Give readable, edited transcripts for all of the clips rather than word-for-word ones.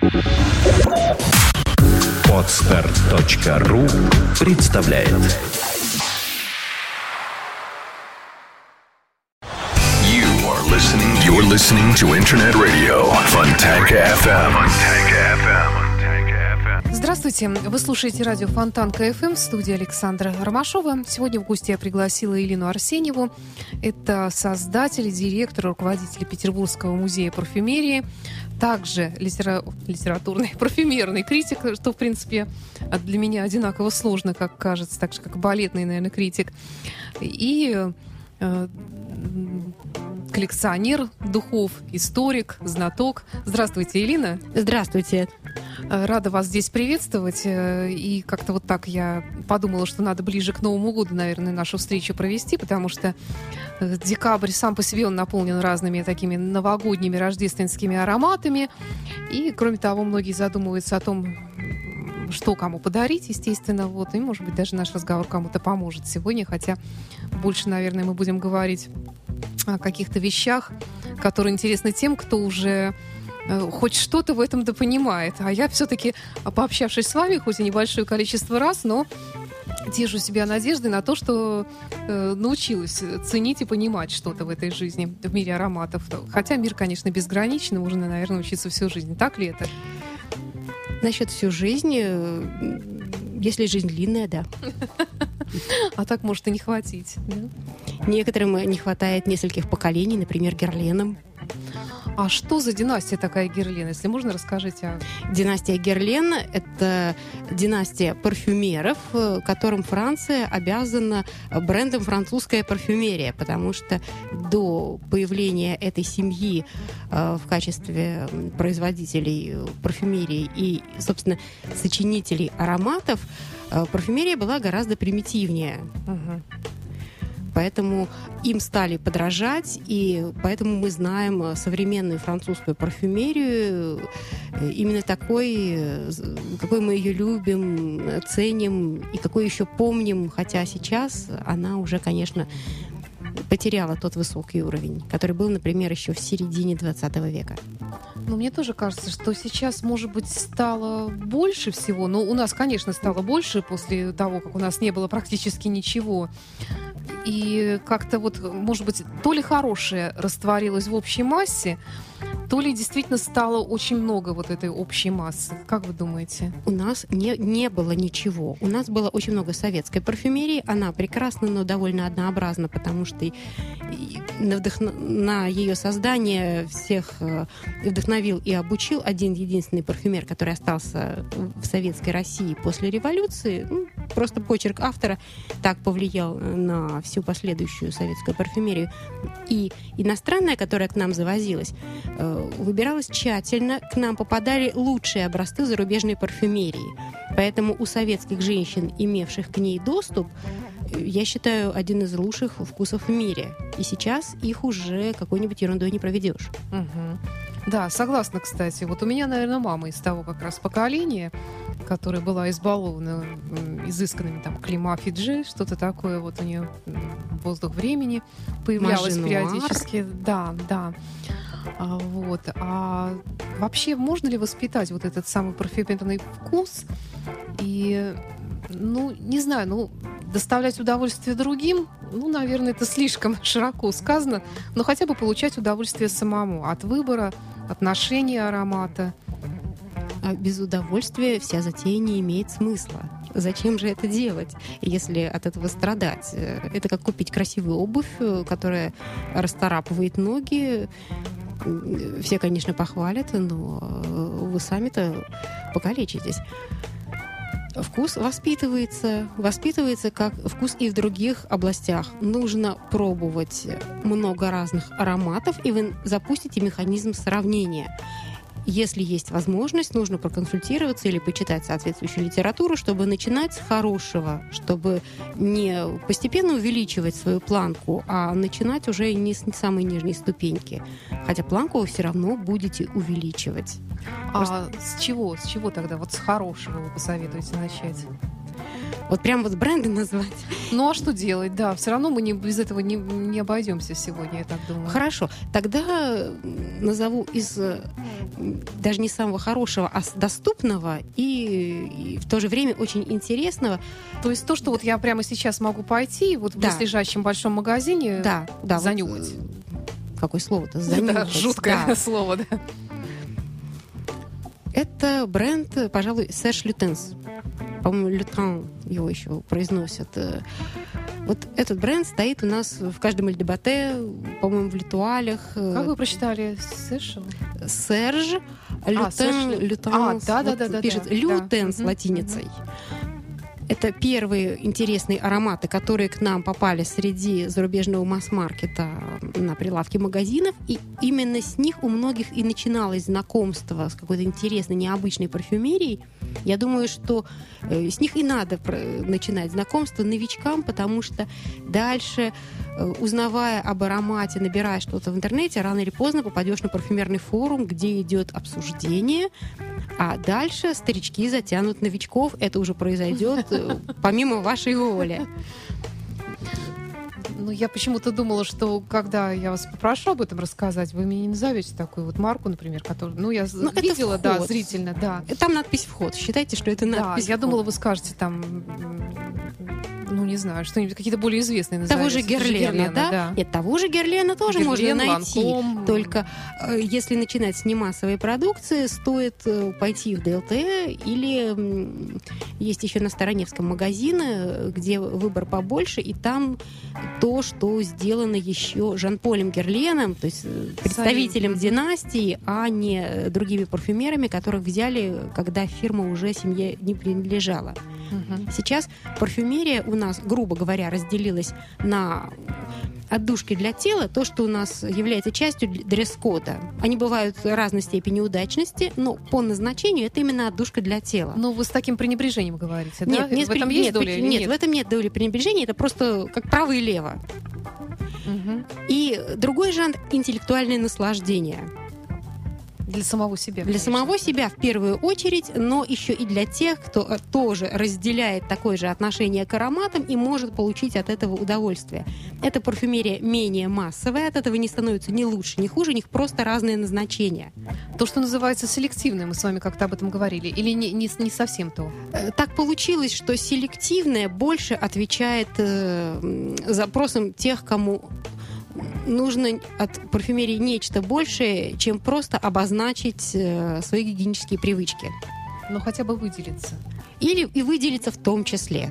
Podster.ru представляет. You're listening to Internet Radio Fontanka FM. Здравствуйте, вы слушаете радио Фонтанка ФМ, в студии Александра Ромашова. Сегодня в гости я пригласила Элину Арсеньеву. Это создатель, директор, руководитель Петербургского музея парфюмерии, также литературный, парфюмерный критик, что, в принципе, для меня одинаково сложно, как кажется, так же, как балетный, наверное, критик. И коллекционер духов, историк, знаток. Здравствуйте, Элина. Здравствуйте. Рада вас здесь приветствовать. И как-то вот так я подумала, что надо ближе к Новому году, наверное, нашу встречу провести, потому что декабрь сам по себе он наполнен разными такими новогодними рождественскими ароматами. И, кроме того, многие задумываются о том, что кому подарить, естественно. Вот. И, может быть, даже наш разговор кому-то поможет сегодня, хотя больше, наверное, мы будем говорить о каких-то вещах, которые интересны тем, кто уже хоть что-то в этом допонимает. А я все-таки, пообщавшись с вами, хоть и небольшое количество раз, но держу себя надеждой на то, что научилась ценить и понимать что-то в этой жизни, в мире ароматов. Хотя мир, конечно, безграничный, можно, наверное, учиться всю жизнь. Так ли это? Насчет всю жизнь, если жизнь длинная, да. А так может и не хватить. Да? Некоторым не хватает нескольких поколений, например, Герленам. А что за династия такая Герлен? Если можно, расскажите. Династия Герлен – это династия парфюмеров, которым Франция обязана брендом «Французская парфюмерия», потому что до появления этой семьи в качестве производителей парфюмерии и, собственно, сочинителей ароматов парфюмерия была гораздо примитивнее. Поэтому им стали подражать, и поэтому мы знаем современную французскую парфюмерию именно такой, какой мы ее любим, ценим и какой еще помним, хотя сейчас она уже, конечно, потеряла тот высокий уровень, который был, например, еще в середине 20 века. Ну, мне тоже кажется, что сейчас, может быть, стало больше всего. Ну, у нас, конечно, стало больше после того, как у нас не было практически ничего. И как-то вот, может быть, то ли хорошее растворилось в общей массе, то ли действительно стало очень много вот этой общей массы. Как вы думаете? У нас не было ничего. У нас было очень много советской парфюмерии. Она прекрасна, но довольно однообразна, потому что на ее создание всех вдохновил и обучил один единственный парфюмер, который остался в Советской России после революции. Просто почерк автора так повлиял на всю последующую советскую парфюмерию. И иностранная, которая к нам завозилась, выбиралась тщательно. К нам попадали лучшие образцы зарубежной парфюмерии. Поэтому у советских женщин, имевших к ней доступ, я считаю, один из лучших вкусов в мире. И сейчас их уже какой-нибудь ерундой не проведешь. Да, согласна, кстати. Вот у меня, наверное, мама из того как раз поколения, которая была избалована изысканными там Клима Фиджи, что-то такое. Вот у нее воздух времени появлялось периодически. Да. Вот. А вообще можно ли воспитать вот этот самый парфюмерный вкус и, не знаю, доставлять удовольствие другим, наверное, это слишком широко сказано, но хотя бы получать удовольствие самому от выбора, от ношения аромата. А без удовольствия вся затея не имеет смысла. Зачем же это делать, если от этого страдать? Это как купить красивую обувь, которая расцарапывает ноги. Все, конечно, похвалят, но вы сами-то покалечитесь. Вкус воспитывается как вкус и в других областях. Нужно пробовать много разных ароматов, и вы запустите механизм сравнения. Если есть возможность, нужно проконсультироваться или почитать соответствующую литературу, чтобы начинать с хорошего, чтобы не постепенно увеличивать свою планку, а начинать уже не с самой нижней ступеньки. Хотя планку вы все равно будете увеличивать. А с чего тогда? Вот с хорошего вы посоветуете начать? Вот прям вот бренды назвать. Ну, а что делать? Да, все равно мы без этого не обойдемся сегодня, я так думаю. Хорошо. Тогда назову из даже не самого хорошего, а доступного и в то же время очень интересного. То есть то, что вот я прямо сейчас могу пойти вот в близлежащем большом магазине занюхать. Какое слово-то? Занюхать. Да, жуткое слово, да. Это бренд, пожалуй, Serge Lutens. По-моему, Лютен его еще произносят. Вот этот бренд стоит у нас в каждом Эльдебате, по-моему, в Литуалях. Как вы прочитали? Серж Лютенс. Да. Пишет Лютенс латиницей. Это первые интересные ароматы, которые к нам попали среди зарубежного масс-маркета на прилавке магазинов. И именно с них у многих и начиналось знакомство с какой-то интересной, необычной парфюмерией. Я думаю, что с них и надо начинать знакомство новичкам, потому что дальше, узнавая об аромате, набирая что-то в интернете, рано или поздно попадешь на парфюмерный форум, где идет обсуждение, а дальше старички затянут новичков. Это уже произойдет помимо вашей воли. Ну, я почему-то думала, что когда я вас попрошу об этом рассказать, вы мне не назовете такую вот марку, например, которую... я видела, да, зрительно, да. Там надпись «Вход». Считайте, что это надпись «Вход». Я думала, вы скажете там... не знаю, что-нибудь, какие-то более известные назовете. Того же Герлена, да? Нет, того же Герлена тоже можно найти. Ланком. Только если начинать с немассовой продукции, стоит пойти в ДЛТ или есть еще на Староневском магазины, где выбор побольше, и там то, что сделано еще Жан-Полем Герленом, то есть представителем династии, а не другими парфюмерами, которых взяли, когда фирма уже семье не принадлежала. Сейчас парфюмерия у нас, грубо говоря, разделилась на отдушки для тела, то, что у нас является частью дресс-кода. Они бывают разной степени удачности, но по назначению это именно отдушка для тела. Но вы с таким пренебрежением говорите, нет, да? В этом есть доля или нет? Нет, в этом нет доли пренебрежения, это просто как право и лево. И другой жанр — интеллектуальное наслаждение. Для самого себя. Для самого себя в первую очередь, но еще и для тех, кто тоже разделяет такое же отношение к ароматам и может получить от этого удовольствие. Эта парфюмерия менее массовая, от этого не становится ни лучше, ни хуже, у них просто разные назначения. То, что называется селективное, мы с вами как-то об этом говорили, или не совсем то? Так получилось, что селективное больше отвечает запросам тех, кому нужно от парфюмерии нечто большее, чем просто обозначить свои гигиенические привычки. Но хотя бы выделиться. Или и выделиться в том числе.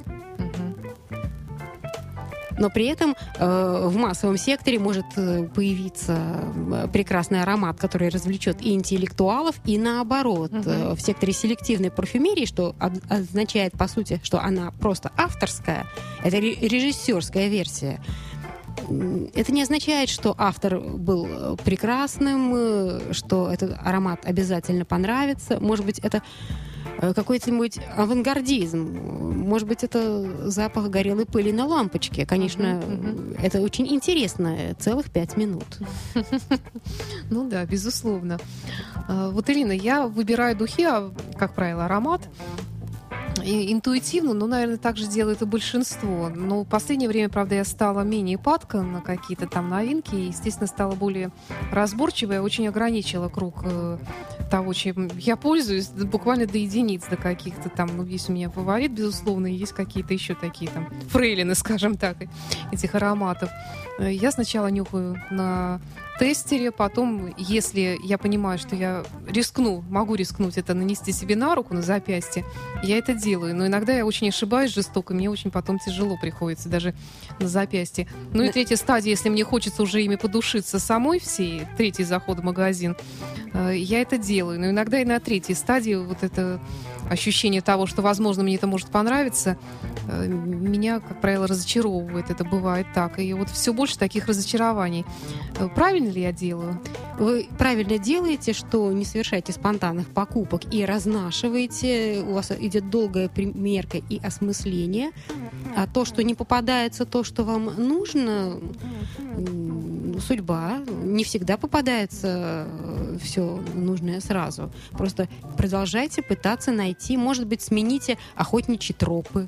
Но при этом в массовом секторе может появиться прекрасный аромат, который развлечет и интеллектуалов, и наоборот. В секторе селективной парфюмерии, что означает, по сути, что она просто авторская, это режиссерская версия. Это не означает, что автор был прекрасным, что этот аромат обязательно понравится. Может быть, это какой-нибудь авангардизм. Может быть, это запах горелой пыли на лампочке. Конечно, это очень интересно. Целых 5 минут. Ну да, безусловно. Вот, Ирина, я выбираю духи, как правило, аромат. И интуитивно, но, наверное, так же делает и большинство. Но в последнее время, правда, я стала менее падка на какие-то там новинки и, естественно, стала более разборчивой. Я очень ограничила круг того, чем я пользуюсь, буквально до единиц, до каких-то там, есть у меня фаворит, безусловно, и есть какие-то еще такие там фрейлины, скажем так, этих ароматов. Я сначала нюхаю на тестере, потом, если я понимаю, что я могу рискнуть это нанести себе на руку, на запястье, я это делаю. Но иногда я очень ошибаюсь жестоко, мне очень потом тяжело приходится даже на запястье. Ну и третья стадия, если мне хочется уже ими подушиться самой всей, третий заход в магазин, я это делаю. Но иногда и на третьей стадии вот это ощущение того, что, возможно, мне это может понравиться, меня, как правило, разочаровывает. Это бывает так. И вот все больше таких разочарований. Правильно ли я делаю? Вы правильно делаете, что не совершаете спонтанных покупок и разнашиваете. У вас идет долгая примерка и осмысление. А то, что не попадается, то, что вам нужно, судьба. Не всегда попадается все нужное сразу. Просто продолжайте пытаться найти. Может быть, смените охотничьи тропы.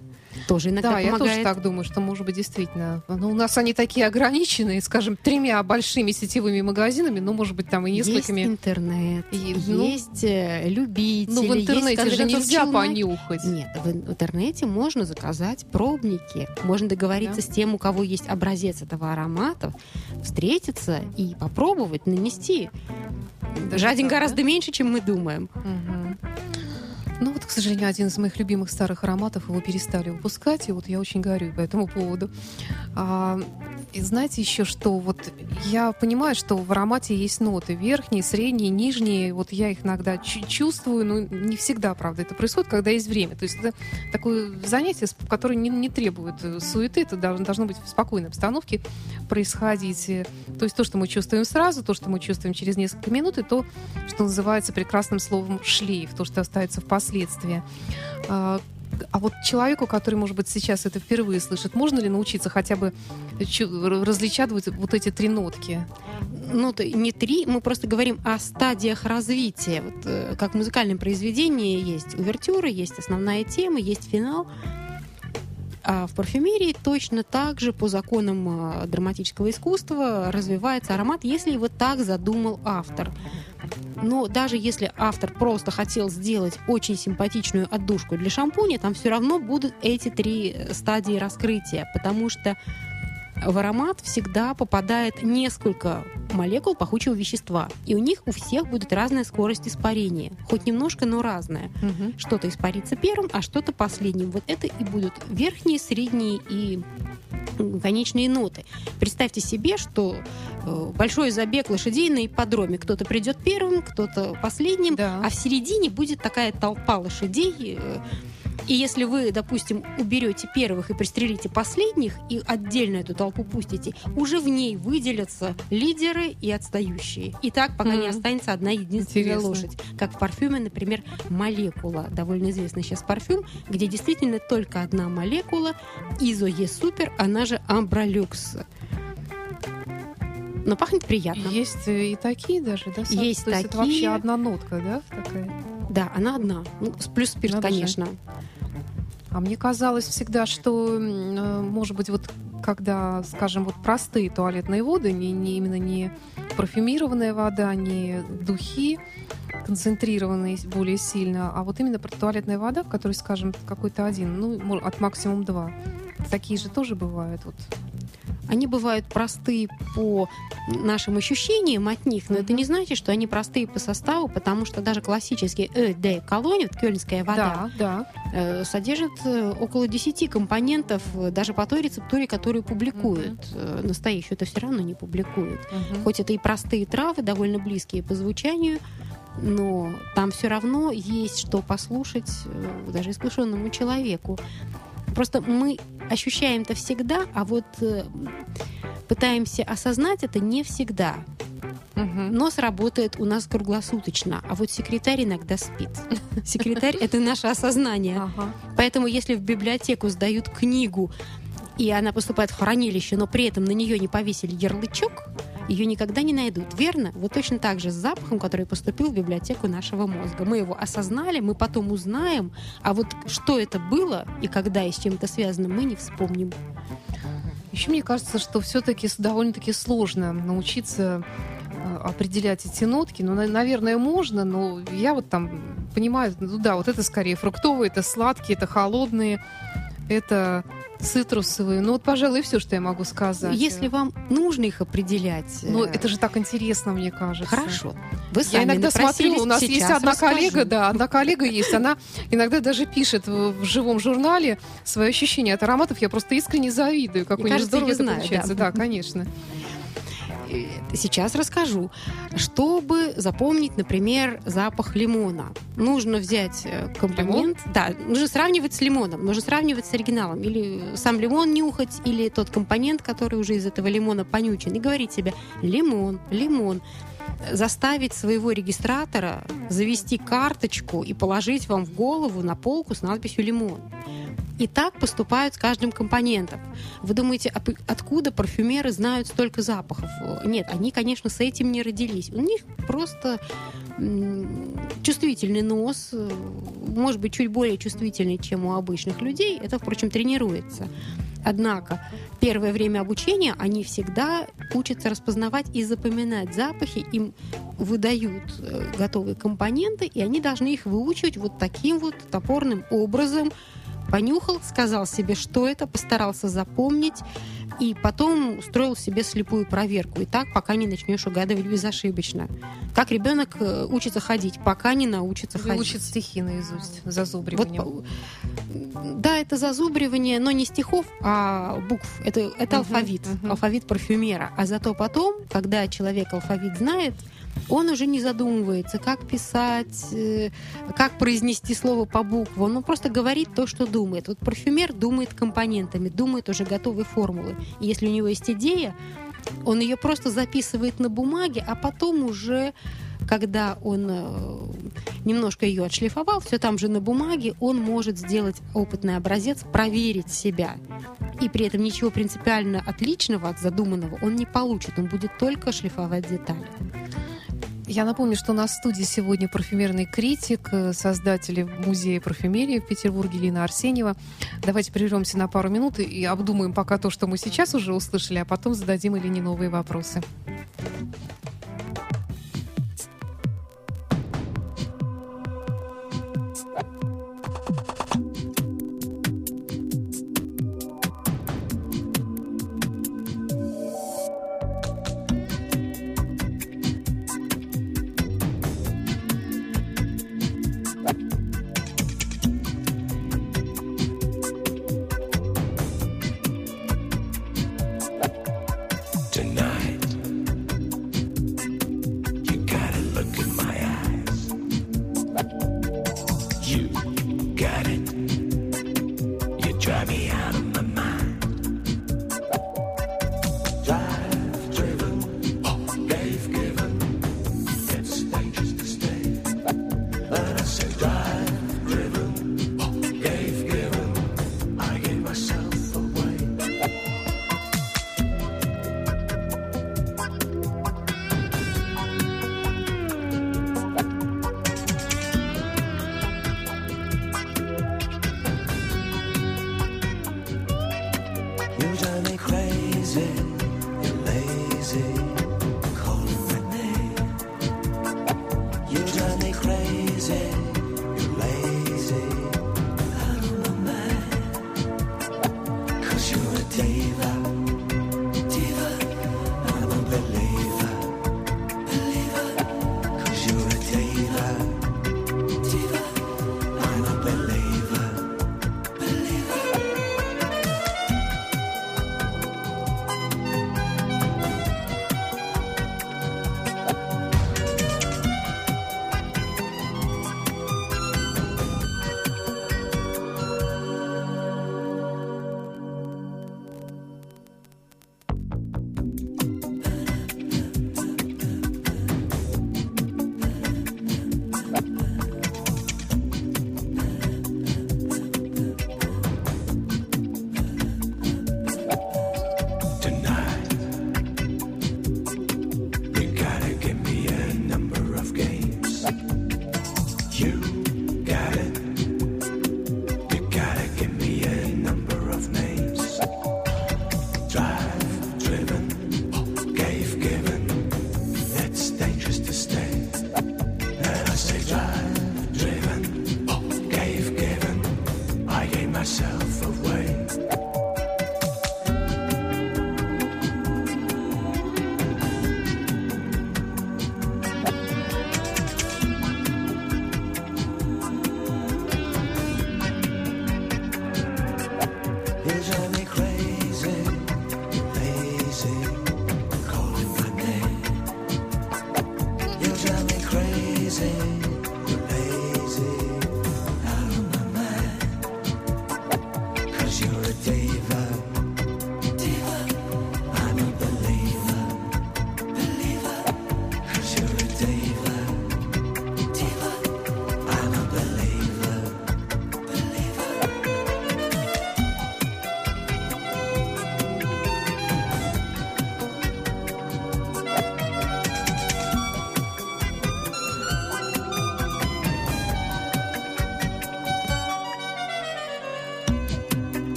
тоже иногда Да, помогает. я тоже так думаю, что, может быть, действительно. Ну, у нас они такие ограниченные, скажем, 3 большими сетевыми магазинами, ну, может быть, там и несколькими. Есть интернет, есть любители. Ну, в интернете есть же нельзя понюхать. Нет, в интернете можно заказать пробники. Можно договориться с тем, у кого есть образец этого аромата, встретиться и попробовать нанести. Жадин гораздо меньше, чем мы думаем. Ну вот, к сожалению, один из моих любимых старых ароматов, его перестали выпускать, и вот я очень горю по этому поводу. И знаете еще что? Вот я понимаю, что в аромате есть ноты верхние, средние, нижние. Вот я их иногда чувствую, но не всегда, правда, это происходит, когда есть время. То есть это такое занятие, которое не требует суеты, это должно быть в спокойной обстановке происходить. То есть то, что мы чувствуем сразу, то, что мы чувствуем через несколько минут, и то, что называется прекрасным словом шлейф, то, что остается впоследствии. А вот человеку, который, может быть, сейчас это впервые слышит, можно ли научиться хотя бы различать вот эти 3 нотки? Ну, не 3, мы просто говорим о стадиях развития. Вот, как в музыкальном произведении есть увертюра, есть основная тема, есть финал. А в парфюмерии точно так же по законам драматического искусства развивается аромат, если его так задумал автор. Но даже если автор просто хотел сделать очень симпатичную отдушку для шампуня, там все равно будут эти 3 стадии раскрытия, потому что в аромат всегда попадает несколько молекул пахучего вещества. И у них у всех будет разная скорость испарения. Хоть немножко, но разная. Что-то испарится первым, а что-то последним. Вот это и будут верхние, средние и конечные ноты. Представьте себе, что большой забег лошадей на ипподроме. Кто-то придет первым, кто-то последним, а в середине будет такая толпа лошадей. И если вы, допустим, уберете первых и пристрелите последних, и отдельно эту толпу пустите, уже в ней выделятся лидеры и отстающие. И так, пока не останется одна единственная лошадь. Как в парфюме, например, молекула. Довольно известный сейчас парфюм, где действительно только одна молекула, Изо Е Супер, она же Амбролюкс. Но пахнет приятно. Есть и такие даже, да? Есть То такие. есть это вообще одна нотка, да? Такая? Да, она одна. Ну, плюс спирт, Надо конечно. А мне казалось всегда, что, может быть, вот когда, скажем, вот простые туалетные воды, именно не парфюмированная вода, не духи концентрированные более сильно, а вот именно туалетная вода, в которой, скажем, какой-то один, ну, от максимум 2. Такие же тоже бывают. Вот. Они бывают простые по нашим ощущениям от них, но это не значит, что они простые по составу, потому что даже классический Eau Cologne, кёльнская вода, содержит около 10 компонентов, даже по той рецептуре, которую публикуют. Настоящую это все равно не публикуют. Хоть это и простые травы, довольно близкие по звучанию, но там все равно есть что послушать даже искушенному человеку. Просто мы ощущаем это всегда, а вот пытаемся осознать это не всегда. Нос работает у нас круглосуточно, а вот секретарь иногда спит. Секретарь — это наше осознание. Поэтому если в библиотеку сдают книгу, и она поступает в хранилище, но при этом на нее не повесили ярлычок, ее никогда не найдут. Верно? Вот точно так же с запахом, который поступил в библиотеку нашего мозга. Мы его осознали, мы потом узнаем, а вот что это было и когда и с чем это связано, мы не вспомним. Еще мне кажется, что все-таки довольно-таки сложно научиться определять эти нотки. Ну, наверное, можно, но я вот там понимаю, ну да, вот это скорее фруктовые, это сладкие, это холодные, это цитрусовые. Ну вот, пожалуй, все, что я могу сказать. Если вам нужно их определять... Ну, это же так интересно, мне кажется. Хорошо. Вы сами я иногда смотрю, у нас есть одна коллега, одна коллега есть, она иногда даже пишет в живом журнале свои ощущения от ароматов. Я просто искренне завидую, как у нее здорово это получается. Да, конечно. Сейчас расскажу. Чтобы запомнить, например, запах лимона, нужно взять компонент. Да, нужно сравнивать с лимоном, нужно сравнивать с оригиналом. Или сам лимон нюхать, или тот компонент, который уже из этого лимона понючен. И говорить себе: лимон, лимон. Заставить своего регистратора завести карточку и положить вам в голову на полку с надписью «лимон». И так поступают с каждым компонентом. Вы думаете, откуда парфюмеры знают столько запахов? Нет, они, конечно, с этим не родились. У них просто чувствительный нос, может быть, чуть более чувствительный, чем у обычных людей. Это, впрочем, тренируется. Однако первое время обучения они всегда учатся распознавать и запоминать запахи. Им выдают готовые компоненты, и они должны их выучивать вот таким вот топорным образом. Понюхал, сказал себе, что это, постарался запомнить, и потом устроил себе слепую проверку. И так, пока не начнешь угадывать безошибочно. Как ребенок учится ходить, пока не научится ходить. Учит стихи наизусть, зазубривание. Вот, да, это зазубривание, но не стихов, а букв. Это алфавит, алфавит парфюмера. А зато потом, когда человек алфавит знает, он уже не задумывается, как писать, как произнести слово по буквам. Он просто говорит то, что думает. Вот парфюмер думает компонентами, думает уже готовые формулы. И если у него есть идея, он ее просто записывает на бумаге, а потом уже, когда он немножко ее отшлифовал, все там же на бумаге, он может сделать опытный образец, проверить себя. И при этом ничего принципиально отличного от задуманного он не получит. Он будет только шлифовать детали. Я напомню, что у нас в студии сегодня парфюмерный критик, создатель музея парфюмерии в Петербурге Лина Арсеньева. Давайте прервемся на пару минут и обдумаем пока то, что мы сейчас уже услышали, а потом зададим Ирине новые вопросы.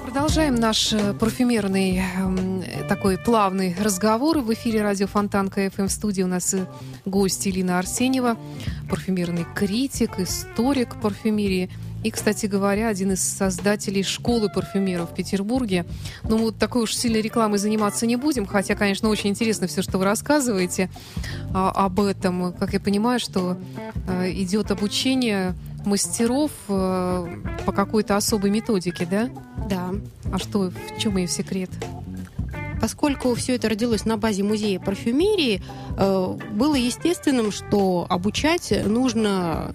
Продолжаем наш парфюмерный такой плавный разговор. В эфире радио Фонтанка ФМ. В студии у нас гость Элина Арсеньева, парфюмерный критик, историк парфюмерии. И, кстати говоря, один из создателей школы парфюмеров в Петербурге. Ну, вот такой уж сильной рекламой заниматься не будем, хотя, конечно, очень интересно все, что вы рассказываете об этом. Как я понимаю, что идет обучение мастеров по какой-то особой методике, да? Да. А что, в чем ее секрет? Поскольку все это родилось на базе музея парфюмерии, было естественным, что обучать нужно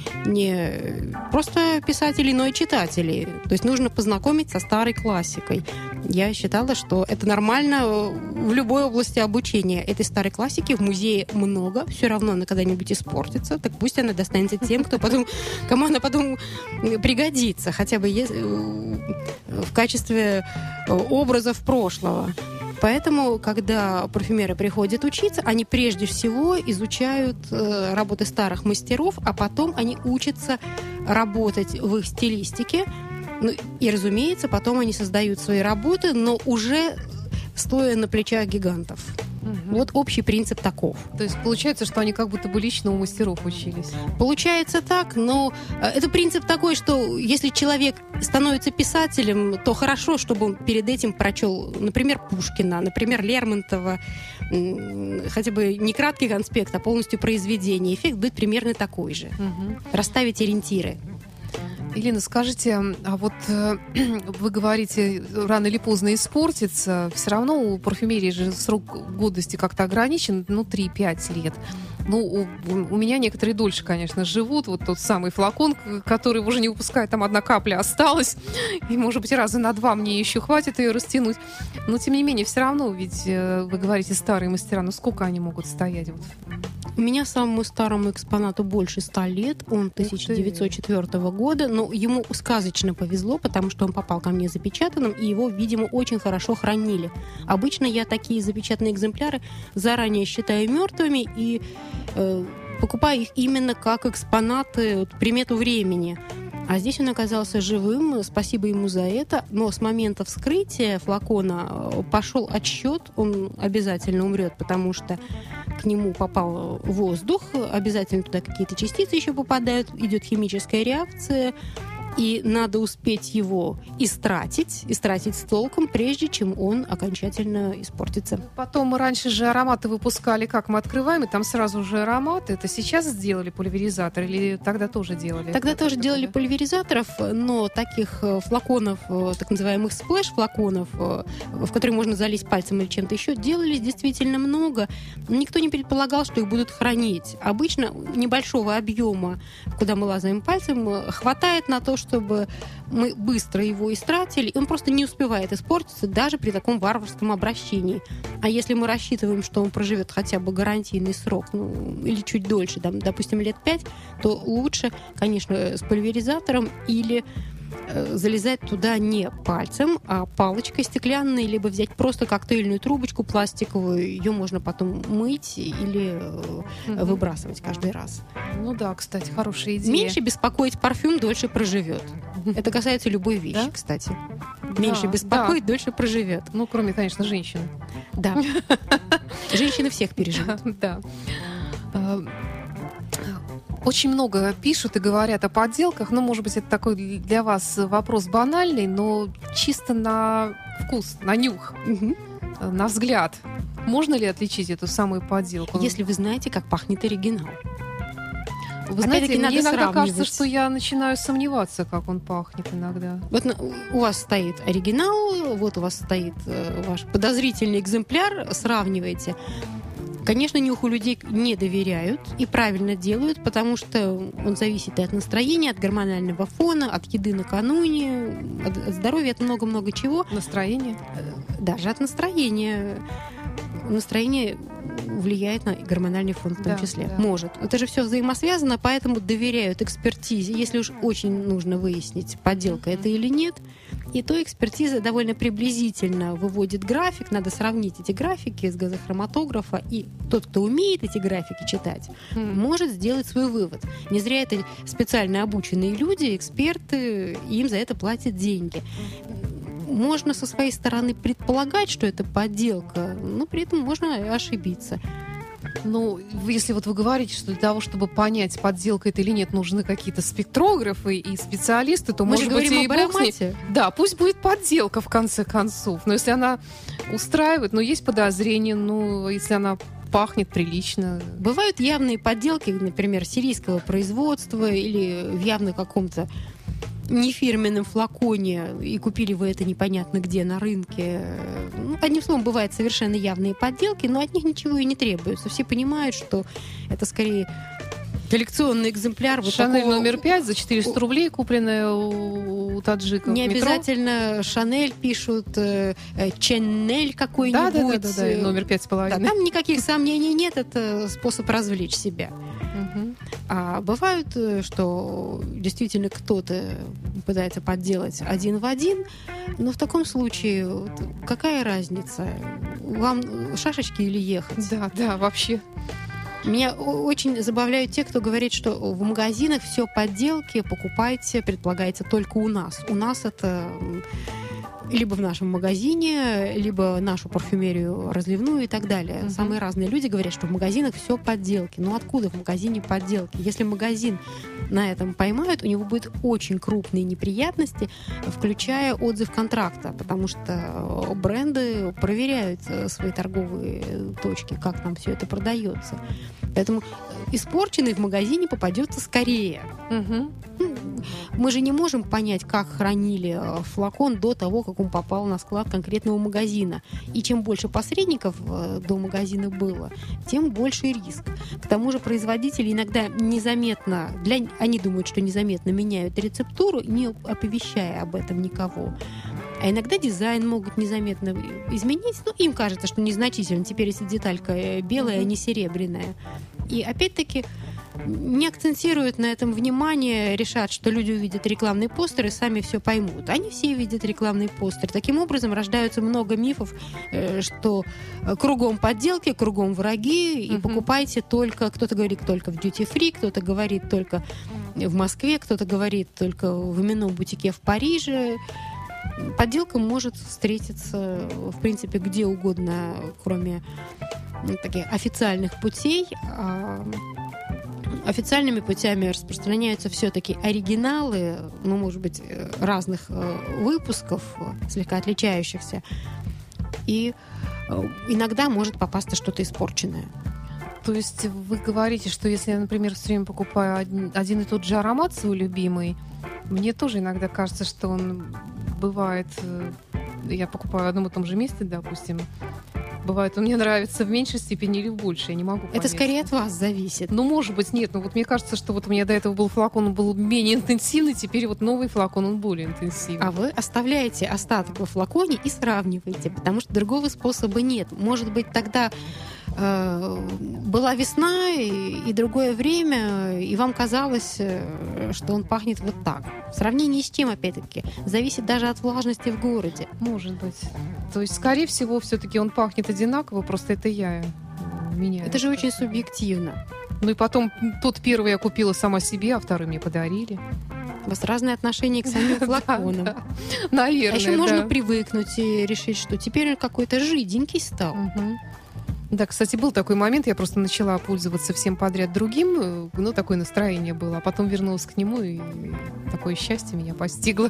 не просто писателей, но и читателей. То есть нужно познакомить со старой классикой. Я считала, что это нормально в любой области обучения. Этой старой классики в музее много, все равно она когда-нибудь испортится, так пусть она достанется тем, кому она потом пригодится, хотя бы в качестве образов прошлого. Поэтому, когда парфюмеры приходят учиться, они прежде всего изучают работы старых мастеров, а потом они учатся работать в их стилистике. Ну, и, разумеется, потом они создают свои работы, но уже стоя на плечах гигантов. Угу. Вот общий принцип таков. То есть получается, что они как будто бы лично у мастеров учились? Получается так, но это принцип такой, что если человек становится писателем, то хорошо, чтобы он перед этим прочел, например, Пушкина, например, Лермонтова, хотя бы не краткий конспект, а полностью произведение. Эффект будет примерно такой же. Угу. Расставить ориентиры. Елена, скажите, а вот вы говорите, рано или поздно испортится, все равно у парфюмерии же срок годности как-то ограничен, 3-5 лет. Ну, у меня некоторые дольше, конечно, живут. Вот тот самый флакон, который уже не выпускает, там одна капля осталась. И, может быть, раза на 2 мне еще хватит ее растянуть. Но, тем не менее, все равно, ведь вы говорите, старые мастера, сколько они могут стоять? Вот? У меня самому старому экспонату больше 100 лет. Он 1904 года. Но ему сказочно повезло, потому что он попал ко мне запечатанным, и его, видимо, очень хорошо хранили. Обычно я такие запечатанные экземпляры заранее считаю мертвыми и покупаю их именно как экспонаты, примету времени. А здесь он оказался живым, спасибо ему за это. Но с момента вскрытия флакона пошел отсчет, он обязательно умрет, потому что к нему попал воздух, обязательно туда какие-то частицы еще попадают, идет химическая реакция, и надо успеть его истратить с толком, прежде чем он окончательно испортится. Потом раньше же ароматы выпускали, как мы открываем, и там сразу же ароматы. Это сейчас сделали пульверизатор или тогда тоже делали? Тогда тоже делали пульверизаторов, но таких флаконов, так называемых сплэш-флаконов, в которые можно залезть пальцем или чем-то еще, делались действительно много. Никто не предполагал, что их будут хранить. Обычно небольшого объема, куда мы лазаем пальцем, хватает на то, чтобы мы быстро его истратили, и он просто не успевает испортиться даже при таком варварском обращении. А если мы рассчитываем, что он проживет хотя бы гарантийный срок, или чуть дольше, допустим, лет 5, то лучше, конечно, с пульверизатором или залезать туда не пальцем, а палочкой стеклянной, либо взять просто коктейльную трубочку пластиковую, ее можно потом мыть или выбрасывать каждый раз. Ну да, кстати, хорошая идея. Меньше беспокоить парфюм, дольше проживет. Это касается любой вещи, да? Кстати. Меньше беспокоить, дольше проживет. Ну, кроме, конечно, женщин. Да. Женщины всех переживут. Да. Очень много пишут и говорят о подделках. Может быть, это такой для вас вопрос банальный, но чисто на вкус, на нюх, на взгляд. Можно ли отличить эту самую подделку? Если вы знаете, как пахнет оригинал. Вы знаете, мне иногда кажется, что я начинаю сомневаться, как он пахнет иногда. Вот у вас стоит оригинал, вот у вас стоит ваш подозрительный экземпляр, сравниваете. Конечно, нюху людей не доверяют и правильно делают, потому что он зависит и от настроения, от гормонального фона, от еды накануне, от здоровья, от много-много чего. Настроение? Даже от настроения. Настроение влияет на гормональный фон в том числе. Да. Может. Это же все взаимосвязано, поэтому доверяют экспертизе. Если уж очень нужно выяснить, подделка это или нет, и то экспертиза довольно приблизительно выводит график. Надо сравнить эти графики с газохроматографа, и тот, кто умеет эти графики читать, может сделать свой вывод. Не зря это специально обученные люди, эксперты, им за это платят деньги. можно со своей стороны предполагать, что это подделка, но при этом можно ошибиться. Ну, если вот вы говорите, что для того, чтобы понять, подделка это или нет, нужны какие-то спектрографы и специалисты, то, Мы может же быть, говорим и об бог с ней. аромате. Да, пусть будет подделка в конце концов. Но если она устраивает, но есть подозрение, ну, если она пахнет прилично. Бывают явные подделки, например, сирийского производства или в явно каком-то нефирменном флаконе, и купили вы это непонятно где на рынке. Ну, одним словом, бывают совершенно явные подделки, но от них ничего и не требуется. Все понимают, что это скорее коллекционный экземпляр. Вот Шанель такого... номер 5 за 400 рублей, купленная у таджиков. Не в метро. обязательно Шанель пишут, Ченнель какой-нибудь. Да, и номер 5,5. Да, там никаких сомнений нет, это способ развлечь себя. Мгм. А бывает, что действительно кто-то пытается подделать один в один, но в таком случае вот, какая разница? Вам шашечки или ехать? Да, вообще. Меня очень забавляют те, кто говорит, что в магазинах все подделки, покупайте, предполагается только у нас. У нас это либо в нашем магазине, либо нашу парфюмерию разливную и так далее. Мгм. Самые разные люди говорят, что в магазинах все подделки. Ну откуда в магазине подделки? Если магазин на этом поймают, у него будут очень крупные неприятности, включая отзыв контракта, потому что бренды проверяют свои торговые точки, как там все это продается. Поэтому испорченный в магазине попадется скорее. Мгм. Мы же не можем понять, как хранили флакон до того, как он попал на склад конкретного магазина. И чем больше посредников до магазина было, тем больше риск. К тому же производители иногда незаметно, они думают, что незаметно меняют рецептуру, не оповещая об этом никого. А иногда дизайн могут незаметно изменить, но им кажется, что незначительно. Теперь если деталька белая, а не серебряная. И опять-таки не акцентируют на этом внимание, решат, что люди увидят рекламный постер и сами все поймут. Они все видят рекламный постер. Таким образом рождаются много мифов, что кругом подделки, кругом враги, и покупайте только, кто-то говорит только в duty-free, кто-то говорит только в Москве, кто-то говорит только в именном бутике в Париже. Подделка может встретиться, в принципе, где угодно, кроме таких официальных путей. Официальными путями распространяются все-таки оригиналы, ну, может быть, разных выпусков, слегка отличающихся. И иногда может попасться что-то испорченное. То есть вы говорите, что если я, например, все время покупаю один и тот же аромат свой любимый, мне тоже иногда кажется, что он бывает... Я покупаю в одном и том же месте, допустим. Бывает, он мне нравится в меньшей степени или в большей. Я не могу понять. Это скорее от вас зависит. Ну, может быть, нет. Но вот мне кажется, что вот у меня до этого был флакон, он был менее интенсивный, теперь вот новый флакон, он более интенсивный. А вы оставляете остаток во флаконе и сравниваете, потому что другого способа нет. Может быть, тогда была весна и другое время, и вам казалось, что он пахнет вот так. В сравнении с чем, опять-таки, зависит даже от влажности в городе. Может быть. То есть, скорее всего, все-таки он пахнет одинаково, просто это я меняю. Это же очень субъективно. Ну и потом тот первый я купила сама себе, а второй мне подарили. У вас разные отношения к самим флаконам. Да, наверное, А еще можно привыкнуть и решить, что теперь он какой-то жиденький стал. Мгм. Да, кстати, был такой момент, я просто начала пользоваться всем подряд другим, ну, такое настроение было, а потом вернулась к нему, и такое счастье меня постигло.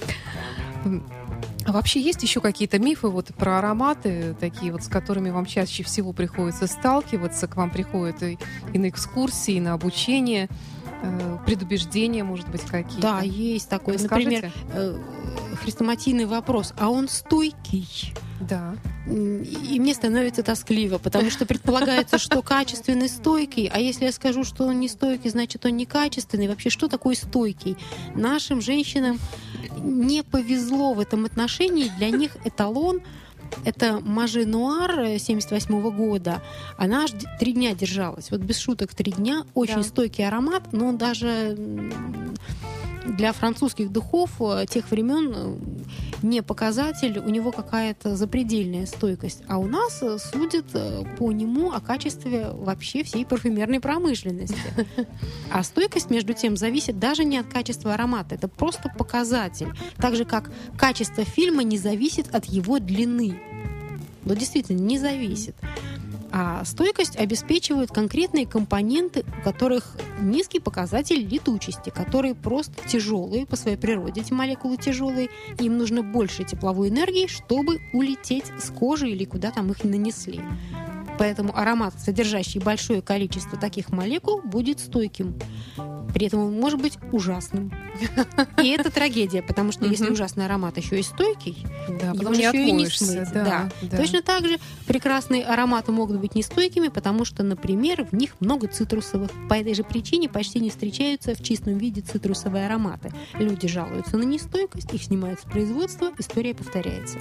А вообще есть еще какие-то мифы вот про ароматы, такие вот, с которыми вам чаще всего приходится сталкиваться, к вам приходят и на экскурсии, и на обучение, предубеждения, может быть, какие-то? Да, есть такой. Расскажите. Например, хрестоматийный вопрос. А он стойкий? Да. И мне становится тоскливо, потому что предполагается, что качественный стойкий, а если я скажу, что он не стойкий, значит, он некачественный. Вообще, что такое стойкий? Нашим женщинам не повезло в этом отношении. Для них эталон — это Маже Нуар 1978 года. Она аж 3 дня держалась. Вот без шуток 3 дня. Очень Да. стойкий аромат, но он даже для французских духов тех времен не показатель, у него какая-то запредельная стойкость. А у нас судят по нему о качестве вообще всей парфюмерной промышленности. А стойкость, между тем, зависит даже не от качества аромата. Это просто показатель. Так же, как качество фильма не зависит от его длины. Но действительно, не зависит. А стойкость обеспечивают конкретные компоненты, у которых низкий показатель летучести, которые просто тяжелые по своей природе. Эти молекулы тяжелые, им нужно больше тепловой энергии, чтобы улететь с кожи или куда там их нанесли. Поэтому аромат, содержащий большое количество таких молекул, будет стойким. При этом он может быть ужасным. И это трагедия, потому что если ужасный аромат еще и стойкий, его еще и не смыть. Да. Точно так же прекрасные ароматы могут быть нестойкими, потому что, например, в них много цитрусовых. По этой же причине почти не встречаются в чистом виде цитрусовые ароматы. Люди жалуются на нестойкость, их снимают с производства, история повторяется.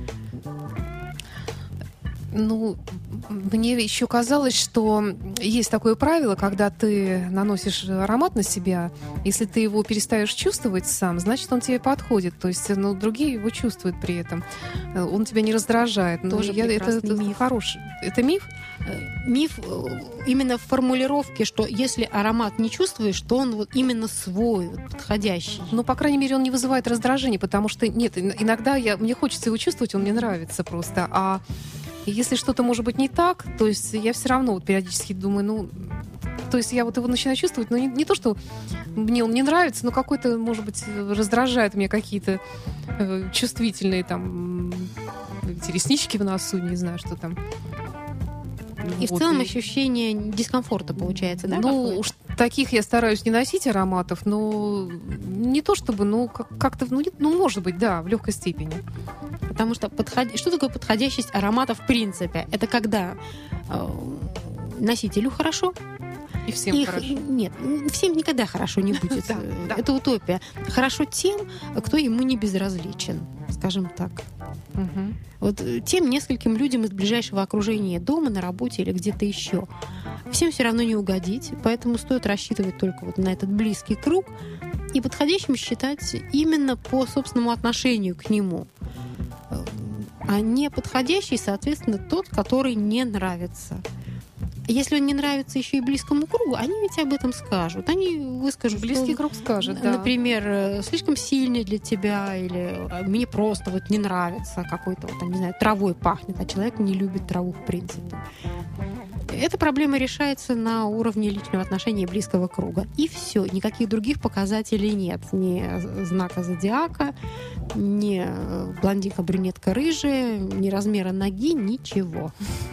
Ну, мне еще казалось, что есть такое правило, когда ты наносишь аромат на себя, если ты его перестаешь чувствовать сам, значит, он тебе подходит. То есть, другие его чувствуют при этом. Он тебя не раздражает. Тоже прекрасный миф. Хороший. Это миф? Миф именно в формулировке, что если аромат не чувствуешь, то он вот именно свой, подходящий. Ну, по крайней мере, он не вызывает раздражения, потому что, нет, иногда мне хочется его чувствовать, он мне нравится просто. А если что-то может быть не так, то есть я все равно вот периодически думаю, то есть я вот его начинаю чувствовать, но не то, что мне он не нравится, но какой-то, может быть, раздражает меня какие-то чувствительные там эти реснички в носу, не знаю, что там. И в целом ощущение дискомфорта получается, да? Ну, уж таких я стараюсь не носить ароматов, но не то чтобы, как-то, может быть, да, в легкой степени. Потому что что такое подходящесть аромата в принципе? Это когда носителю хорошо. И всем хорошо. Нет, всем никогда хорошо не будет. Это утопия. Хорошо тем, кто ему не безразличен, скажем так. Вот тем нескольким людям из ближайшего окружения, дома, на работе или где-то еще. Всем все равно не угодить, поэтому стоит рассчитывать только вот на этот близкий круг и подходящим считать именно по собственному отношению к нему. А не подходящий, соответственно, тот, который не нравится. Если он не нравится еще и близкому кругу, они ведь об этом скажут. Они выскажут. Близкий круг скажет, да. Например, слишком сильный для тебя, или мне просто вот не нравится какой-то, вот, не знаю, травой пахнет, а человек не любит траву в принципе. Эта проблема решается на уровне личного отношения близкого круга. И все, никаких других показателей нет. Ни знака зодиака, ни блондинка, брюнетка, рыжая, ни размера ноги, ничего.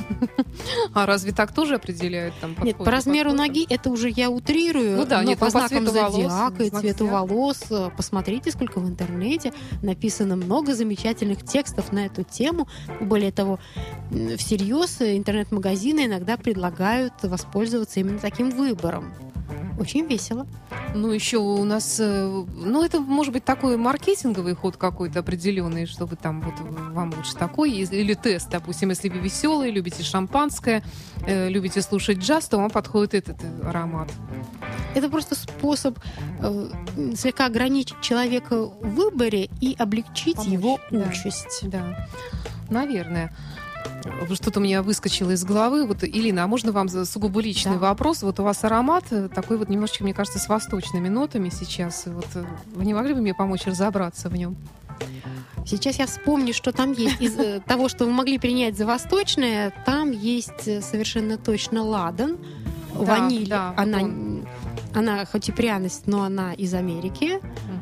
А разве так тоже определяют? Нет, по размеру ноги это уже я утрирую, но по знакам зодиака и цвету волос. Посмотрите, сколько в интернете написано много замечательных текстов на эту тему. Более того, всерьез интернет-магазины иногда предлагают воспользоваться именно таким выбором. Очень весело. Еще у нас... это может быть такой маркетинговый ход какой-то определенный, чтобы там вот вам лучше такой. Или тест, допустим, если вы веселые, любите шампанское, любите слушать джаз, то вам подходит этот аромат. Это просто способ слегка ограничить человека в выборе и облегчить его участь. Да, наверное. Что-то у меня выскочило из головы. Вот, Илина, а можно вам сугубо личный вопрос? Вот у вас аромат такой вот немножечко, мне кажется, с восточными нотами сейчас. Вот, вы не могли бы мне помочь разобраться в нем? Сейчас я вспомню, что там есть. Из того, что вы могли принять за восточное, там есть совершенно точно ладан, ваниль. Да, она хоть и пряность, но она из Америки.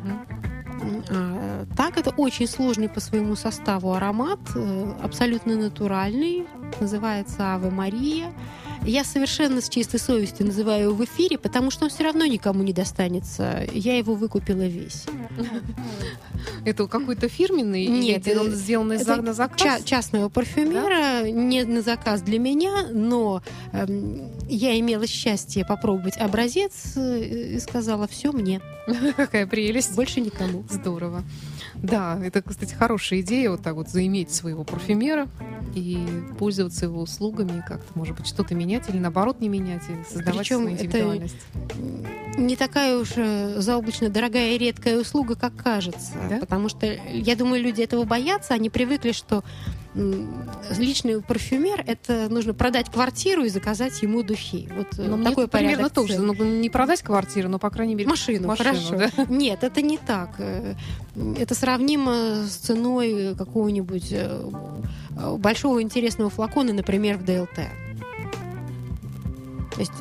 Так, это очень сложный по своему составу аромат, абсолютно натуральный, называется «Аве Мария». Я совершенно с чистой совестью называю его в эфире, потому что он все равно никому не достанется. Я его выкупила весь. Это какой-то фирменный? Нет, или он сделанный на заказ? Частного парфюмера, да? Не на заказ для меня, но я имела счастье попробовать образец и сказала: все мне. Какая прелесть. Больше никому. Здорово. Да, это, кстати, хорошая идея, вот так вот заиметь своего парфюмера и пользоваться его услугами, как-то, может быть, что-то менять или, наоборот, не менять, и создавать Причем свою индивидуальность. Это не такая уж заоблачно дорогая и редкая услуга, как кажется. Да? Потому что, я думаю, люди этого боятся. Они привыкли, что личный парфюмер — это нужно продать квартиру и заказать ему духи. Вот такой примерно порядок тоже. Ну, не продать квартиру, но, по крайней мере, машину, хорошо. Да? Нет, это не так. Это сравнимо с ценой какого-нибудь большого интересного флакона, например, в ДЛТ. То есть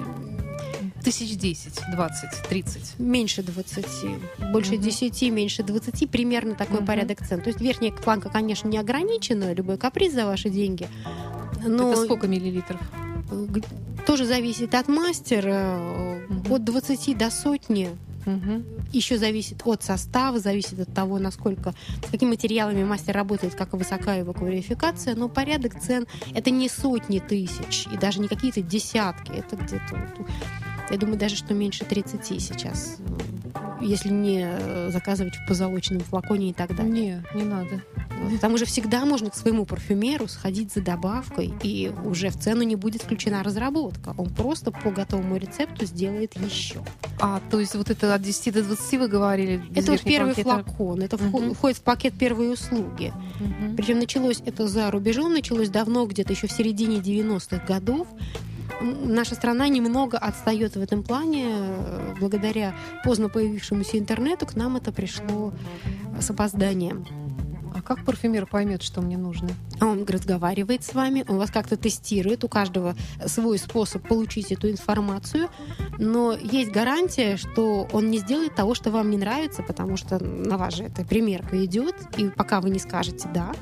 1010, 20, 30. Меньше 20. Больше 10, меньше 20. Примерно такой порядок цен. То есть верхняя планка, конечно, не ограничена. Любой каприз за ваши деньги. Но это сколько миллилитров? Тоже зависит от мастера. От 20 до сотни. Еще зависит от состава, зависит от того, насколько, с какими материалами мастер работает, как высока его квалификация. Но порядок цен — это не сотни тысяч и даже не какие-то десятки. Это где-то, я думаю, даже что меньше 30 сейчас, если не заказывать в позолоченном флаконе и так далее. Не надо. Там уже всегда можно к своему парфюмеру сходить за добавкой, и уже в цену не будет включена разработка. Он просто по готовому рецепту сделает еще. То есть вот это от 10 до 20 вы говорили? Это первый флакон, это входит в пакет первой услуги. Причем началось это за рубежом, началось давно, где-то еще в середине 90-х годов. Наша страна немного отстает в этом плане. Благодаря поздно появившемуся интернету к нам это пришло с опозданием. А как парфюмер поймет, что мне нужно? Он разговаривает с вами, он вас как-то тестирует, у каждого свой способ получить эту информацию, но есть гарантия, что он не сделает того, что вам не нравится, потому что на вас же эта примерка идет, и пока вы не скажете «да»,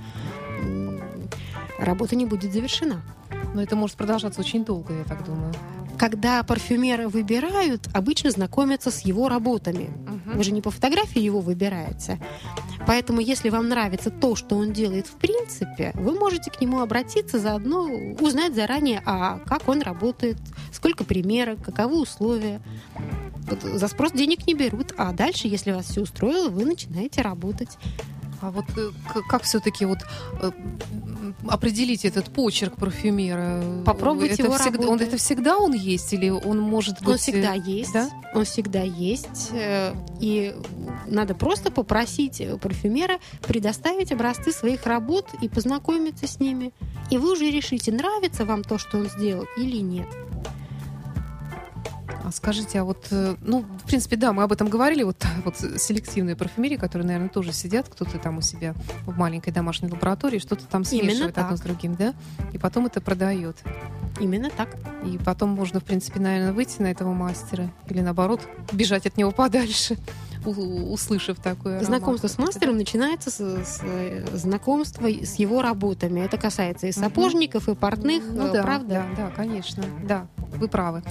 работа не будет завершена. Но это может продолжаться очень долго, я так думаю. Когда парфюмера выбирают, обычно знакомятся с его работами. Вы же не по фотографии его выбираете. Поэтому, если вам нравится то, что он делает в принципе, вы можете к нему обратиться, заодно узнать заранее, как он работает, сколько примерок, каковы условия. Вот за спрос денег не берут, а дальше, если вас все устроило, вы начинаете работать. А вот как все-таки определить этот почерк парфюмера? Попробуйте его работать. Это всегда он есть или он может быть... Он всегда есть. Да? Он всегда есть. И надо просто попросить парфюмера предоставить образцы своих работ и познакомиться с ними. И вы уже решите, нравится вам то, что он сделал, или нет. Скажите, в принципе, да, мы об этом говорили, вот селективные парфюмерии, которые, наверное, тоже сидят, кто-то там у себя в маленькой домашней лаборатории, что-то там смешивает одно с другим, да, и потом это продает. Именно так. И потом можно, в принципе, наверное, выйти на этого мастера или, наоборот, бежать от него подальше, услышав такое аромат. Знакомство с мастером начинается с знакомства с его работами. Это касается и сапожников, и портных, правда? Да, конечно, да, вы правы.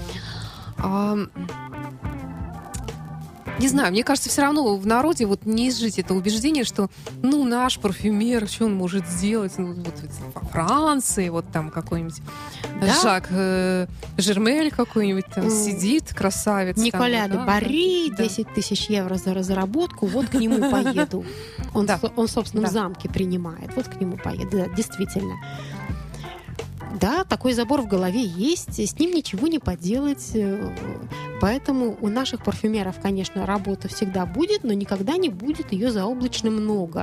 Не знаю, мне кажется, все равно в народе не изжить это убеждение, что наш парфюмер, что он может сделать? Во Франции, там какой-нибудь Жак Жермель какой-нибудь там сидит, красавец. Николя де Барри, 10 тысяч евро за разработку, к нему поеду. Он в собственном замке принимает, к нему поеду. Да, действительно. Да, такой забор в голове есть, с ним ничего не поделать. Поэтому у наших парфюмеров, конечно, работа всегда будет, но никогда не будет ее заоблачно много.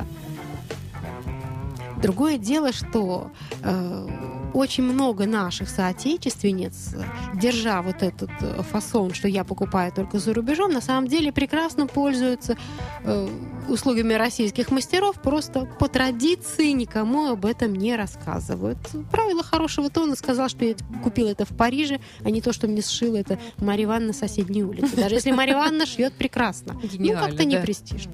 Другое дело, что очень много наших соотечественниц, держа этот фасон, что я покупаю только за рубежом, на самом деле прекрасно пользуются услугами российских мастеров, просто по традиции никому об этом не рассказывают. Правило хорошего тона сказал, что я купила это в Париже, а не то, что мне сшила это Марья Ивановна на соседней улице. Даже если Марья Ивановна шьет прекрасно. Как-то не престижно.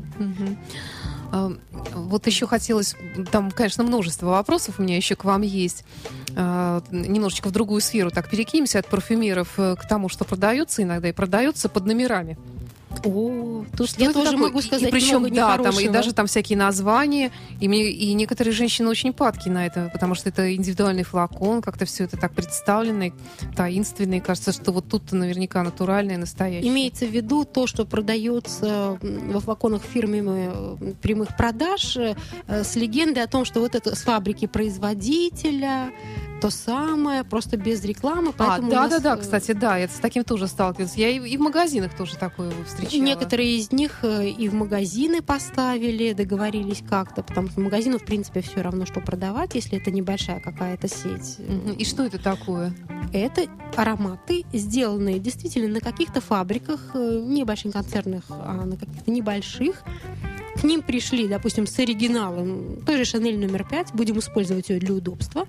Еще хотелось, там, конечно, множество вопросов у меня еще к вам есть. Немножечко в другую сферу так перекинемся от парфюмеров к тому, что продается иногда и продается под номерами. Тут Что я это тоже такое? могу сказать и причем, много да, там и нехорошего. даже там всякие названия, и некоторые женщины очень падки на это, потому что это индивидуальный флакон, как-то все это так представлено, и таинственно, и кажется, что вот тут-то наверняка натуральное, настоящее. Имеется в виду то, что продается во флаконах фирмами прямых продаж с легендой о том, что вот это с фабрики производителя, то самое, просто без рекламы. Поэтому да, кстати, да, я с таким тоже сталкивалась. Я и в магазинах тоже такое встречала. Некоторые из них и в магазины поставили, договорились как-то, потому что магазину, в принципе, все равно, что продавать, если это небольшая какая-то сеть. И что это такое? Это ароматы, сделанные действительно на каких-то фабриках, не больших концернах, а на каких-то небольших. К ним пришли, допустим, с оригиналом той же Шанель номер 5, будем использовать ее для удобства.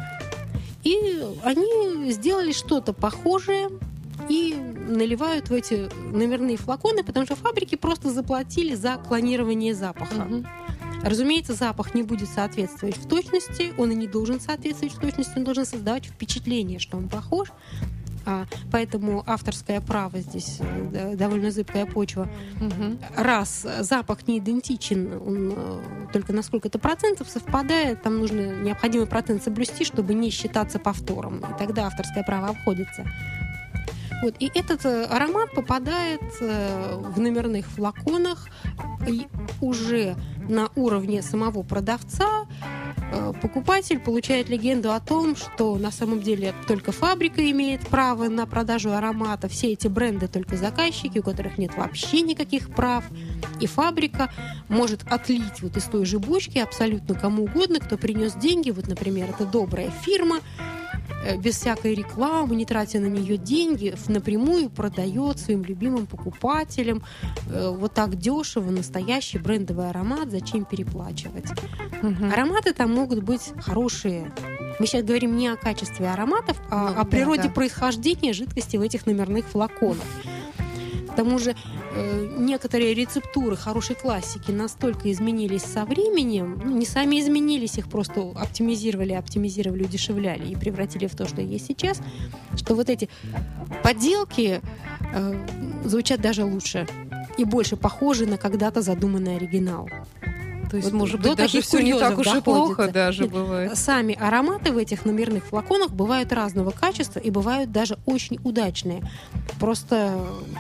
И они сделали что-то похожее и наливают в эти номерные флаконы, потому что фабрики просто заплатили за клонирование запаха. Разумеется, запах не будет соответствовать в точности, он и не должен соответствовать в точности, он должен создавать впечатление, что он похож. Поэтому авторское право здесь довольно зыбкая почва. Раз запах не идентичен, он только на сколько-то процентов совпадает, там нужно необходимый процент соблюсти, чтобы не считаться повтором. И тогда авторское право обходится. Вот. И этот аромат попадает в номерных флаконах и уже на уровне самого продавца покупатель получает легенду о том, что на самом деле только фабрика имеет право на продажу аромата, все эти бренды только заказчики, у которых нет вообще никаких прав, и фабрика может отлить вот из той же бочки абсолютно кому угодно, кто принес деньги, вот, например, это добрая фирма, без всякой рекламы, не тратя на нее деньги, напрямую продает своим любимым покупателям вот так дешево настоящий брендовый аромат, зачем переплачивать. Ароматы там могут быть хорошие. Мы сейчас говорим не о качестве ароматов, а о природе происхождения жидкости в этих номерных флаконах. К тому же некоторые рецептуры хорошей классики настолько изменились со временем, не сами изменились, их просто оптимизировали, удешевляли и превратили в то, что есть сейчас, что вот эти подделки звучат даже лучше и больше похожи на когда-то задуманный оригинал. То есть, вот может быть, даже все не так уж и плохо даже бывает. Сами ароматы в этих номерных флаконах бывают разного качества и бывают даже очень удачные. Просто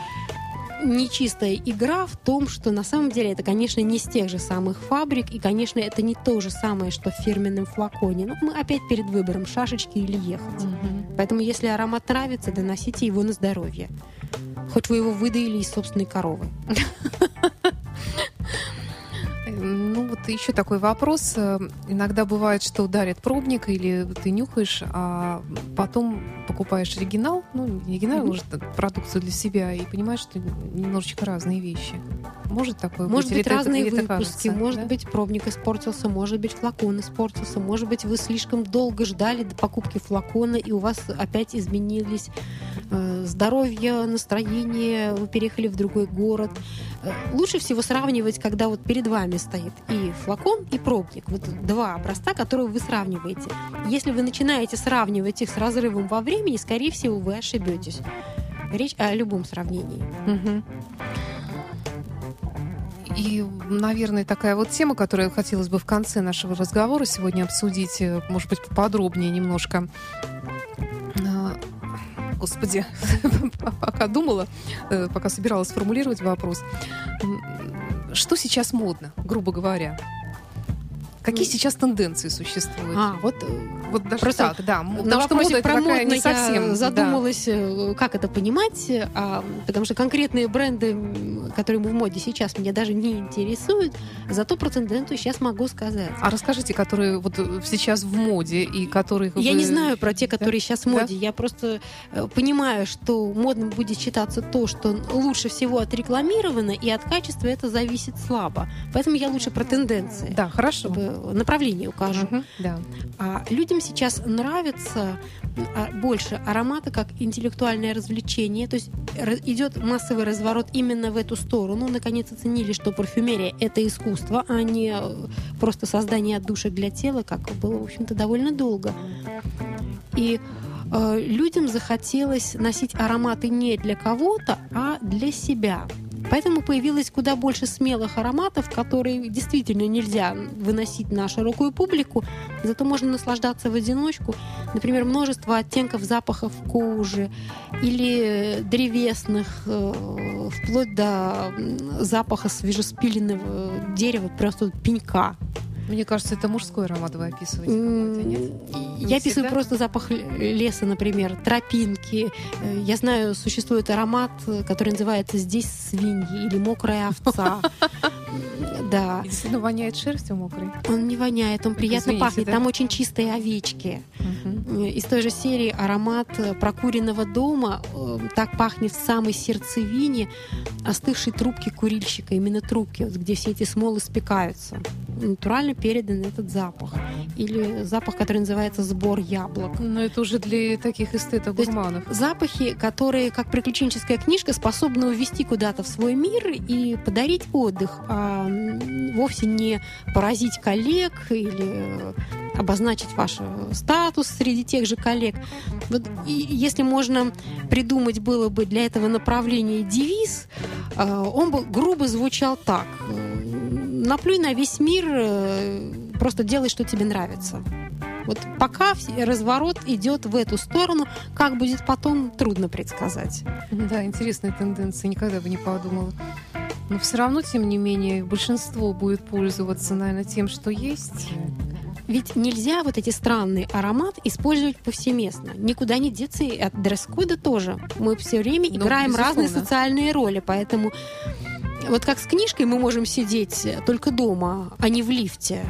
нечистая игра в том, что на самом деле это, конечно, не с тех же самых фабрик, и, конечно, это не то же самое, что в фирменном флаконе. Но мы опять перед выбором, шашечки или ехать. Поэтому, если аромат нравится, доносите его на здоровье. Хоть вы его выдаили из собственной коровы. Ну, вот еще такой вопрос. Иногда бывает, что дарят пробник, или ты нюхаешь, а потом покупаешь оригинал, ну, не оригинал, может, продукцию для себя, и понимаешь, что немножечко разные вещи. Может такое быть? Может быть, разные выпуски, кажется, может быть, пробник испортился, может быть, флакон испортился, может быть, вы слишком долго ждали до покупки флакона, и у вас опять изменились здоровье, настроение, вы переехали в другой город. Лучше всего сравнивать, когда вот перед вами стоит и флакон, и пробник. Вот два образца, которые вы сравниваете. Если вы начинаете сравнивать их с разрывом во времени, скорее всего, вы ошибетесь. Речь о любом сравнении. И, наверное, такая вот тема, которую хотелось бы в конце нашего разговора сегодня обсудить, может быть, поподробнее немножко. Господи, пока думала, пока собиралась сформулировать вопрос. Что сейчас модно, грубо говоря? Какие сейчас тенденции существуют? Вот даже просто так, да. На вопросе про модно не совсем, я задумалась, как это понимать, потому что конкретные бренды, которые в моде сейчас, меня даже не интересуют, зато про тенденцию сейчас могу сказать. А расскажите, которые вот сейчас в моде и которых Я не знаю про те, которые сейчас в моде. Я просто понимаю, что модным будет считаться то, что лучше всего отрекламировано, и от качества это зависит слабо. Поэтому я лучше про тенденции. Да, хорошо. Направление укажу. Да. Людям сейчас нравится больше ароматы как интеллектуальное развлечение, то есть идет массовый разворот именно в эту сторону. Наконец оценили, что парфюмерия — это искусство, а не просто создание отдушек для тела, как было, в общем-то, довольно долго. И людям захотелось носить ароматы не для кого-то, а для себя. Поэтому появилось куда больше смелых ароматов, которые действительно нельзя выносить на широкую публику, зато можно наслаждаться в одиночку. Например, множество оттенков запахов кожи или древесных, вплоть до запаха свежеспиленного дерева, просто пенька. Мне кажется, это мужской аромат вы описываете. Нет? Я описываю просто запах леса, например, тропинки. Я знаю, существует аромат, который называется «Здесь свиньи» или «Мокрая овца». Да. Действительно воняет шерстью мокрой? Он не воняет, он приятно пахнет. Да? Там очень чистые овечки. Из той же серии аромат прокуренного дома. Так пахнет в самой сердцевине остывшей трубки курильщика. Именно трубки, вот, где все эти смолы спекаются. Натурально передан этот запах. Или запах, который называется «Сбор яблок». Но это уже для таких эстетов-гурманов. Запахи, которые, как приключенческая книжка, способны увести куда-то в свой мир и подарить отдых, а вовсе не поразить коллег или обозначить ваш статус среди тех же коллег. Вот, и если можно придумать было бы для этого направления девиз, он бы грубо звучал так: наплюй на весь мир, просто делай, что тебе нравится. Вот пока разворот идет в эту сторону, как будет потом, трудно предсказать. Да, интересная тенденция, никогда бы не подумала. Но все равно, тем не менее, большинство будет пользоваться, наверное, тем, что есть. Ведь нельзя вот эти странные ароматы использовать повсеместно. Никуда не деться, и от дресс-кода тоже. Мы все время играем разные социальные роли, поэтому вот как с книжкой мы можем сидеть только дома, а не в лифте,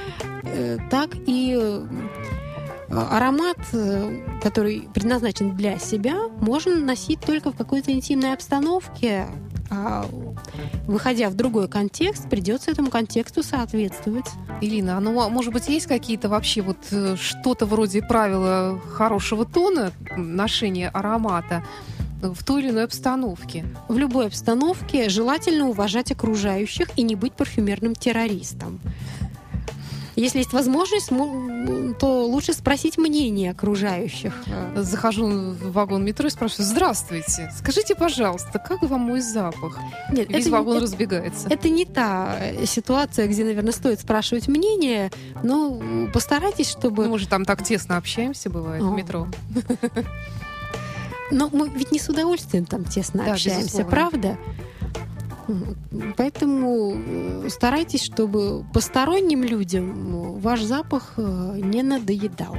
так и аромат, который предназначен для себя, можно носить только в какой-то интимной обстановке. А выходя в другой контекст, придется этому контексту соответствовать. Ирина, ну, может быть, есть какие-то вообще вот что-то вроде правила хорошего тона ношения аромата в той или иной обстановке? В любой обстановке желательно уважать окружающих и не быть парфюмерным террористом. Если есть возможность, то лучше спросить мнение окружающих. Захожу в вагон метро и спрашиваю: здравствуйте, скажите, пожалуйста, как вам мой запах? Нет, весь вагон разбегается. Это не та ситуация, где, наверное, стоит спрашивать мнение, но постарайтесь, чтобы... Ну, мы же там так тесно общаемся, бывает, в метро. Но мы ведь не с удовольствием там тесно общаемся, безусловно. Правда? Поэтому старайтесь, чтобы посторонним людям ваш запах не надоедал.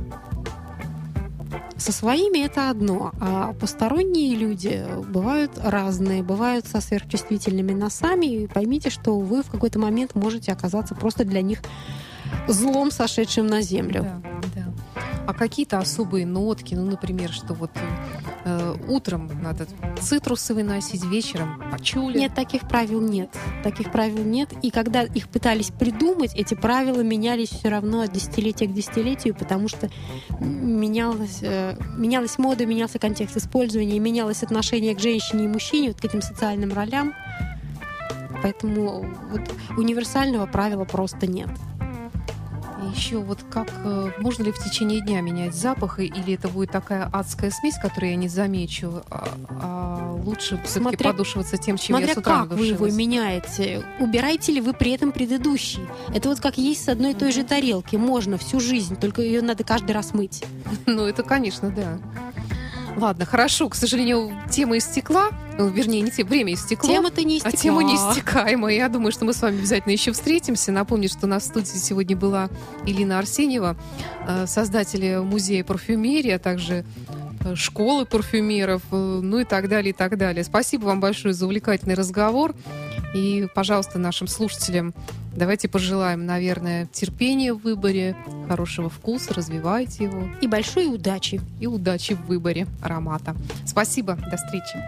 Со своими это одно, а посторонние люди бывают разные, бывают со сверхчувствительными носами. И поймите, что вы в какой-то момент можете оказаться просто для них злом, сошедшим на землю. Да. А какие-то особые нотки, ну, например, что вот утром надо цитрусовый носить, вечером пачули? Нет, таких правил нет. Таких правил нет. И когда их пытались придумать, эти правила менялись все равно от десятилетия к десятилетию, потому что менялась мода, менялся контекст использования, менялось отношение к женщине и мужчине, вот к этим социальным ролям. Поэтому вот универсального правила просто нет. Еще вот как можно ли в течение дня менять запах, или это будет такая адская смесь, которую я не замечу, а лучше все-таки подушиваться тем, чем я с утра надушилась? Смотря как вы его меняете. Убираете ли вы при этом предыдущий? Это вот как есть с одной и той же тарелки. Можно всю жизнь, только ее надо каждый раз мыть. Ну, это, конечно, да. Ладно, хорошо. К сожалению, тема истекла. Вернее, не тема, время истекло. Тема-то не истекла. А тема неистекаемая. Я думаю, что мы с вами обязательно еще встретимся. Напомню, что у нас в студии сегодня была Ирина Арсеньева, создатель музея парфюмерии, а также школы парфюмеров, ну и так далее, и так далее. Спасибо вам большое за увлекательный разговор. И, пожалуйста, нашим слушателям давайте пожелаем, наверное, терпения в выборе, хорошего вкуса, развивайте его. И большой удачи. И удачи в выборе аромата. Спасибо, до встречи.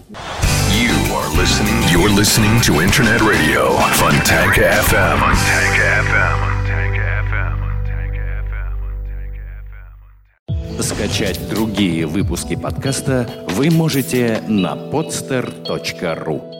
You're listening to Internet Radio, Fontanka FM. Fontanka FM. Скачать другие выпуски подкаста вы можете на podster.ru.